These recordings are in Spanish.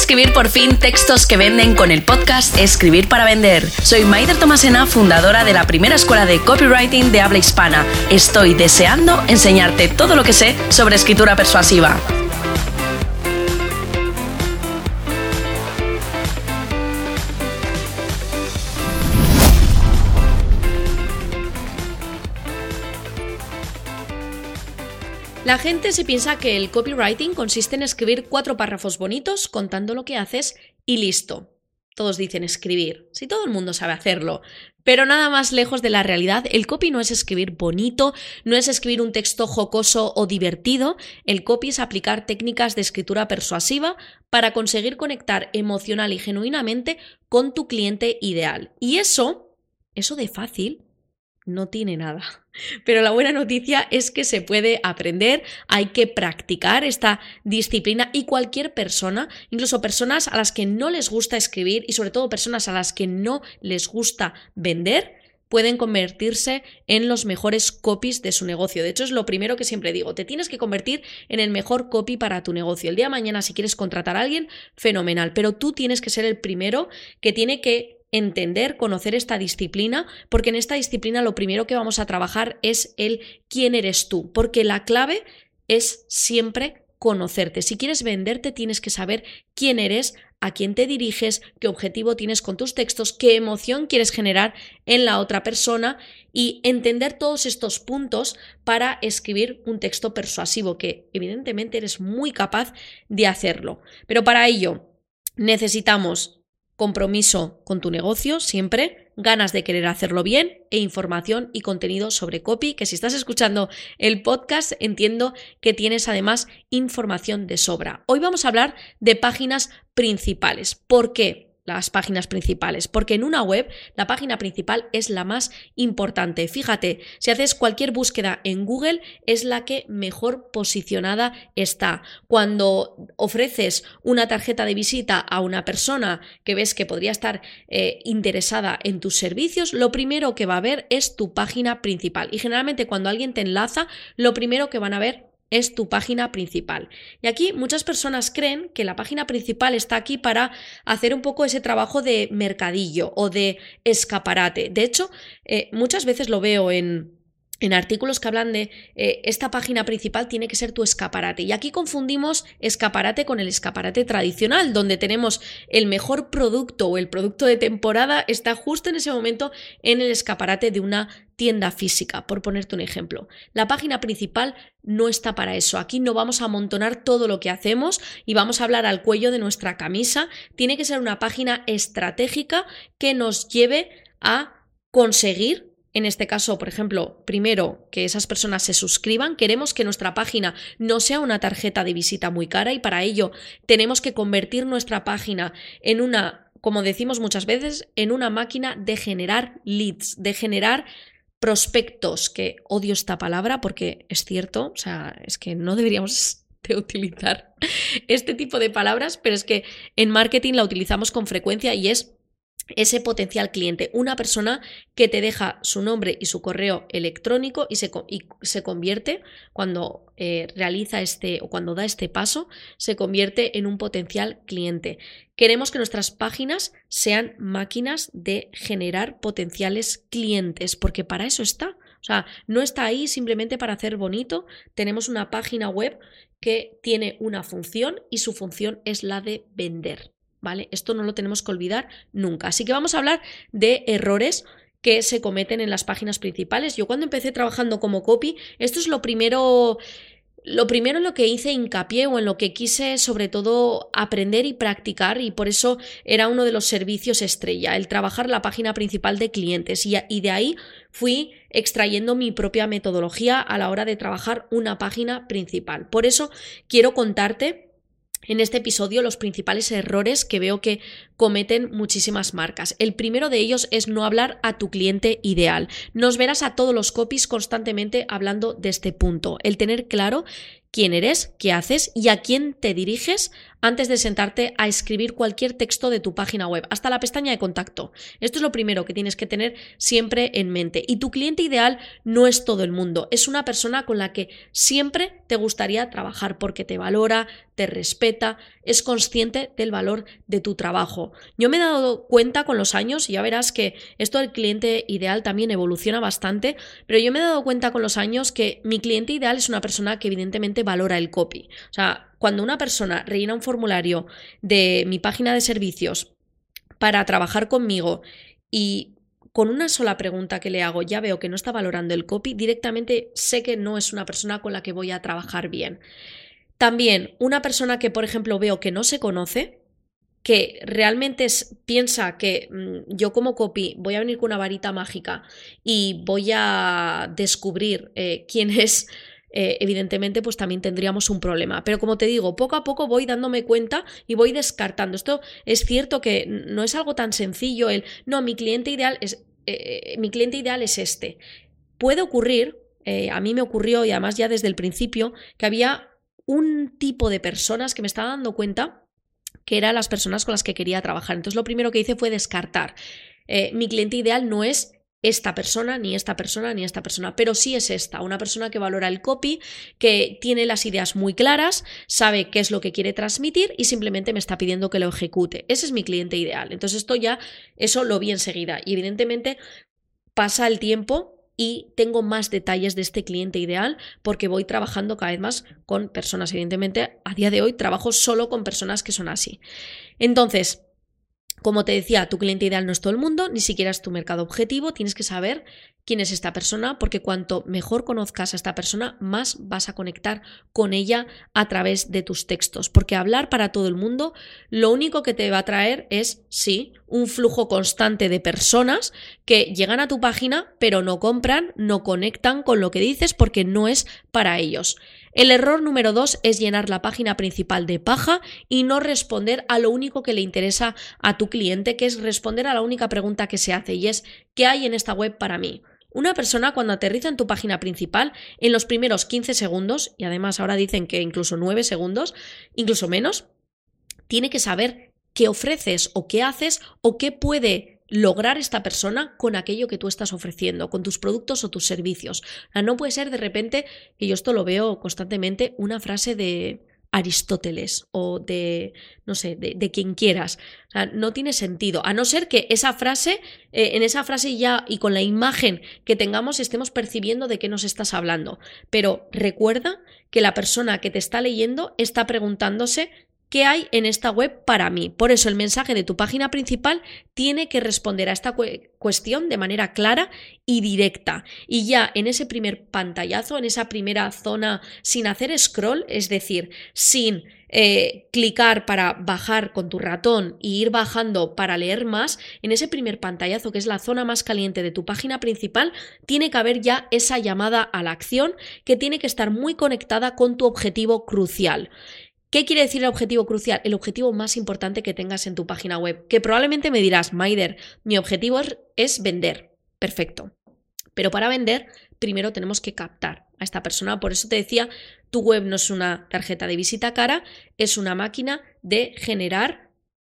escribir por fin textos que venden con el podcast Escribir para Vender. Soy Maider Tomasena, fundadora de la primera escuela de copywriting de habla hispana. Estoy deseando enseñarte todo lo que sé sobre escritura persuasiva. La gente se piensa que el copywriting consiste en escribir 4 párrafos bonitos contando lo que haces y listo. Todos dicen escribir, si todo el mundo sabe hacerlo, pero nada más lejos de la realidad. El copy no es escribir bonito, no es escribir un texto jocoso o divertido. El copy es aplicar técnicas de escritura persuasiva para conseguir conectar emocional y genuinamente con tu cliente ideal. Y eso de fácil no tiene nada. Pero la buena noticia es que se puede aprender, hay que practicar esta disciplina y cualquier persona, incluso personas a las que no les gusta escribir y sobre todo personas a las que no les gusta vender, pueden convertirse en los mejores copies de su negocio. De hecho, es lo primero que siempre digo, te tienes que convertir en el mejor copy para tu negocio. El día de mañana, si quieres contratar a alguien, fenomenal, pero tú tienes que ser el primero que tiene que entender, conocer esta disciplina, porque en esta disciplina lo primero que vamos a trabajar es el quién eres tú, porque la clave es siempre conocerte. Si quieres venderte, tienes que saber quién eres, a quién te diriges, qué objetivo tienes con tus textos, qué emoción quieres generar en la otra persona y entender todos estos puntos para escribir un texto persuasivo, que evidentemente eres muy capaz de hacerlo. Pero para ello necesitamos compromiso con tu negocio siempre, ganas de querer hacerlo bien e información y contenido sobre copy, que si estás escuchando el podcast entiendo que tienes además información de sobra. Hoy vamos a hablar de páginas principales. ¿Por qué las páginas principales? Porque en una web la página principal es la más importante. Fíjate, si haces cualquier búsqueda en Google es la que mejor posicionada está. Cuando ofreces una tarjeta de visita a una persona que ves que podría estar interesada en tus servicios, lo primero que va a ver es tu página principal. Y generalmente cuando alguien te enlaza, lo primero que van a ver es tu página principal. Y aquí muchas personas creen que la página principal está aquí para hacer un poco ese trabajo de mercadillo o de escaparate. De hecho, muchas veces lo veo en artículos que hablan de esta página principal tiene que ser tu escaparate. Y aquí confundimos escaparate con el escaparate tradicional, donde tenemos el mejor producto o el producto de temporada está justo en ese momento en el escaparate de una tienda física, por ponerte un ejemplo. La página principal no está para eso. Aquí no vamos a amontonar todo lo que hacemos y vamos a hablar al cuello de nuestra camisa. Tiene que ser una página estratégica que nos lleve a conseguir, en este caso, por ejemplo, primero, que esas personas se suscriban. Queremos que nuestra página no sea una tarjeta de visita muy cara y para ello tenemos que convertir nuestra página en una, como decimos muchas veces, en una máquina de generar leads, de generar prospectos, que odio esta palabra porque es cierto, o sea, es que no deberíamos de utilizar este tipo de palabras, pero es que en marketing la utilizamos con frecuencia y es ese potencial cliente, una persona que te deja su nombre y su correo electrónico y se convierte, cuando realiza o cuando da este paso, se convierte en un potencial cliente. Queremos que nuestras páginas sean máquinas de generar potenciales clientes, porque para eso está. O sea, no está ahí simplemente para hacer bonito. Tenemos una página web que tiene una función y su función es la de vender. ¿Vale? Esto no lo tenemos que olvidar nunca. Así que vamos a hablar de errores que se cometen en las páginas principales. Yo cuando empecé trabajando como copy, esto es lo primero en lo que hice hincapié o en lo que quise sobre todo aprender y practicar, y por eso era uno de los servicios estrella, el trabajar la página principal de clientes, y de ahí fui extrayendo mi propia metodología a la hora de trabajar una página principal. Por eso quiero contarte en este episodio los principales errores que veo que cometen muchísimas marcas. El primero de ellos es no hablar a tu cliente ideal. Nos verás a todos los copies constantemente hablando de este punto. El tener claro quién eres, qué haces y a quién te diriges antes de sentarte a escribir cualquier texto de tu página web, hasta la pestaña de contacto. Esto es lo primero que tienes que tener siempre en mente. Y tu cliente ideal no es todo el mundo, es una persona con la que siempre te gustaría trabajar porque te valora, te respeta, es consciente del valor de tu trabajo. Yo me he dado cuenta con los años, y ya verás que esto del cliente ideal también evoluciona bastante, pero yo me he dado cuenta con los años que mi cliente ideal es una persona que evidentemente valora el copy. O sea, cuando una persona rellena un formulario de mi página de servicios para trabajar conmigo y con una sola pregunta que le hago ya veo que no está valorando el copy, directamente sé que no es una persona con la que voy a trabajar bien. También una persona que, por ejemplo, veo que no se conoce, que realmente piensa que yo como copy voy a venir con una varita mágica y voy a descubrir quién es, evidentemente pues también tendríamos un problema. Pero como te digo, poco a poco voy dándome cuenta y voy descartando. Esto es cierto que no es algo tan sencillo mi cliente ideal es este. Puede ocurrir, a mí me ocurrió y además ya desde el principio, que había un tipo de personas que me estaba dando cuenta que eran las personas con las que quería trabajar. Entonces lo primero que hice fue descartar. Mi cliente ideal no es esta persona, ni esta persona, ni esta persona, pero sí es esta, una persona que valora el copy, que tiene las ideas muy claras, sabe qué es lo que quiere transmitir y simplemente me está pidiendo que lo ejecute. Ese es mi cliente ideal. Entonces eso lo vi enseguida y evidentemente pasa el tiempo y tengo más detalles de este cliente ideal porque voy trabajando cada vez más con personas. Evidentemente, a día de hoy trabajo solo con personas que son así. Entonces, como te decía, tu cliente ideal no es todo el mundo, ni siquiera es tu mercado objetivo, tienes que saber quién es esta persona porque cuanto mejor conozcas a esta persona, más vas a conectar con ella a través de tus textos, porque hablar para todo el mundo lo único que te va a traer es, sí, un flujo constante de personas que llegan a tu página pero no compran, no conectan con lo que dices porque no es para ellos. El error número 2 es llenar la página principal de paja y no responder a lo único que le interesa a tu cliente, que es responder a la única pregunta que se hace y es ¿qué hay en esta web para mí? Una persona cuando aterriza en tu página principal, en los primeros 15 segundos, y además ahora dicen que incluso 9 segundos, incluso menos, tiene que saber qué ofreces o qué haces o qué puede lograr esta persona con aquello que tú estás ofreciendo, con tus productos o tus servicios. O sea, no puede ser de repente, que yo esto lo veo constantemente, una frase de Aristóteles o de, no sé, de quien quieras. O sea, no tiene sentido, a no ser que esa frase, en esa frase ya y con la imagen que tengamos estemos percibiendo de qué nos estás hablando. Pero recuerda que la persona que te está leyendo está preguntándose ¿qué hay en esta web para mí? Por eso el mensaje de tu página principal tiene que responder a esta cuestión de manera clara y directa. Y ya en ese primer pantallazo, en esa primera zona, sin hacer scroll, es decir, sin clicar para bajar con tu ratón e ir bajando para leer más, en ese primer pantallazo, que es la zona más caliente de tu página principal, tiene que haber ya esa llamada a la acción que tiene que estar muy conectada con tu objetivo crucial. ¿Qué quiere decir el objetivo crucial? El objetivo más importante que tengas en tu página web. Que probablemente me dirás, Maider, mi objetivo es vender. Perfecto. Pero para vender, primero tenemos que captar a esta persona. Por eso te decía, tu web no es una tarjeta de visita cara, es una máquina de generar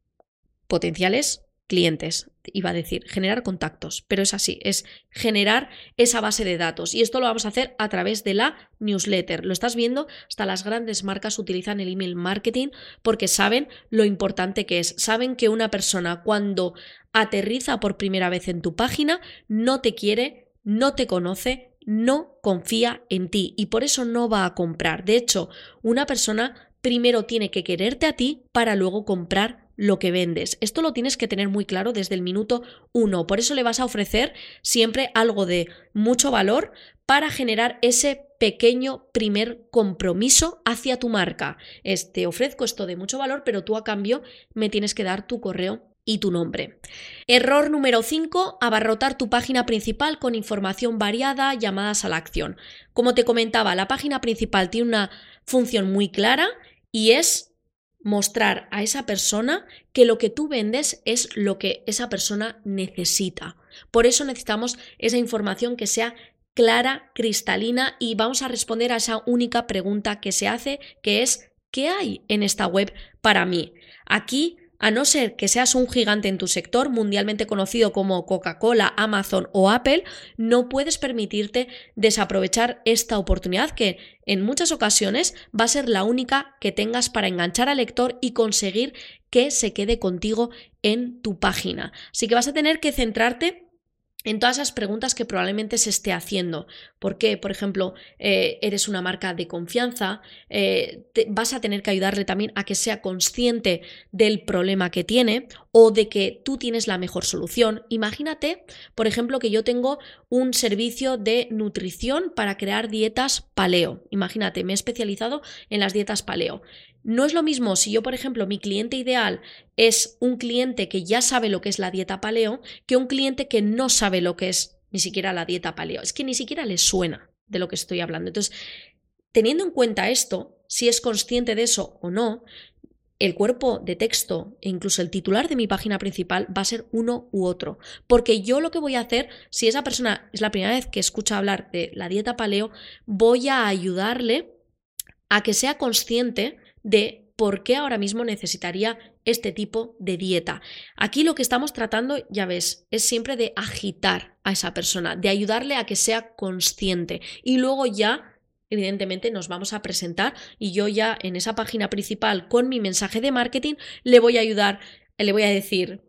potenciales clientes, iba a decir, generar contactos, pero es así, es generar esa base de datos y esto lo vamos a hacer a través de la newsletter. Lo estás viendo, hasta las grandes marcas utilizan el email marketing porque saben lo importante que es, saben que una persona cuando aterriza por primera vez en tu página no te quiere, no te conoce, no confía en ti y por eso no va a comprar. De hecho, una persona primero tiene que quererte a ti para luego comprar lo que vendes. Esto lo tienes que tener muy claro desde el minuto 1. Por eso le vas a ofrecer siempre algo de mucho valor para generar ese pequeño primer compromiso hacia tu marca. Te ofrezco esto de mucho valor, pero tú a cambio me tienes que dar tu correo y tu nombre. Error número 5, abarrotar tu página principal con información variada, llamadas a la acción. Como te comentaba, la página principal tiene una función muy clara y es mostrar a esa persona que lo que tú vendes es lo que esa persona necesita. Por eso necesitamos esa información que sea clara, cristalina, y vamos a responder a esa única pregunta que se hace, que es ¿qué hay en esta web para mí? Aquí, a no ser que seas un gigante en tu sector, mundialmente conocido como Coca-Cola, Amazon o Apple, no puedes permitirte desaprovechar esta oportunidad que en muchas ocasiones va a ser la única que tengas para enganchar al lector y conseguir que se quede contigo en tu página. Así que vas a tener que centrarte en todas esas preguntas que probablemente se esté haciendo. ¿Por qué? Por ejemplo, eres una marca de confianza, vas a tener que ayudarle también a que sea consciente del problema que tiene o de que tú tienes la mejor solución. Imagínate, por ejemplo, que yo tengo un servicio de nutrición para crear dietas paleo. Imagínate, me he especializado en las dietas paleo. No es lo mismo si yo, por ejemplo, mi cliente ideal es un cliente que ya sabe lo que es la dieta paleo que un cliente que no sabe lo que es ni siquiera la dieta paleo. Es que ni siquiera le suena de lo que estoy hablando. Entonces, teniendo en cuenta esto, si es consciente de eso o no, el cuerpo de texto e incluso el titular de mi página principal va a ser uno u otro. Porque yo lo que voy a hacer, si esa persona es la primera vez que escucha hablar de la dieta paleo, voy a ayudarle a que sea consciente de por qué ahora mismo necesitaría este tipo de dieta. Aquí lo que estamos tratando, ya ves, es siempre de agitar a esa persona, de ayudarle a que sea consciente. Y luego ya, evidentemente, nos vamos a presentar y yo ya en esa página principal con mi mensaje de marketing le voy a ayudar, le voy a decir,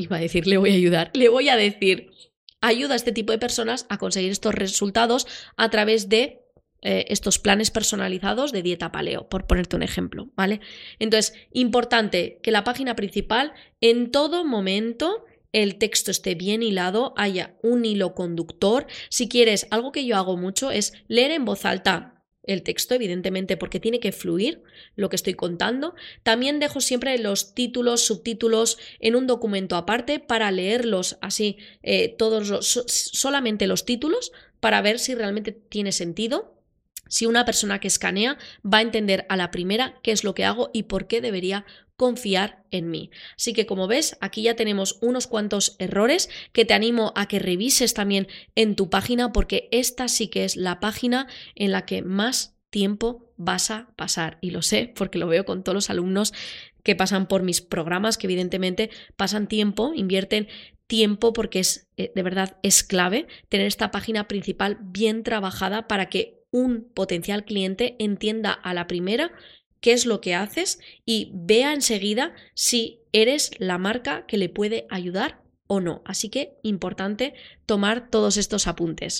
ayuda a este tipo de personas a conseguir estos resultados a través de estos planes personalizados de dieta paleo, por ponerte un ejemplo, ¿vale? Entonces, importante que la página principal en todo momento el texto esté bien hilado, haya un hilo conductor. Si quieres, algo que yo hago mucho es leer en voz alta el texto, evidentemente, porque tiene que fluir lo que estoy contando. También dejo siempre los títulos, subtítulos en un documento aparte para leerlos así, solamente los títulos, para ver si realmente tiene sentido. Si una persona que escanea va a entender a la primera qué es lo que hago y por qué debería confiar en mí. Así que, como ves, aquí ya tenemos unos cuantos errores que te animo a que revises también en tu página, porque esta sí que es la página en la que más tiempo vas a pasar. Y lo sé porque lo veo con todos los alumnos que pasan por mis programas, que evidentemente pasan tiempo, invierten tiempo, porque es de verdad es clave tener esta página principal bien trabajada para que un potencial cliente entienda a la primera qué es lo que haces y vea enseguida si eres la marca que le puede ayudar o no. Así que importante tomar todos estos apuntes.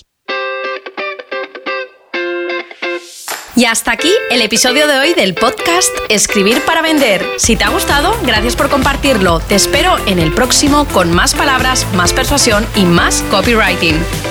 Y hasta aquí el episodio de hoy del podcast Escribir para Vender. Si te ha gustado, gracias por compartirlo. Te espero en el próximo con más palabras, más persuasión y más copywriting.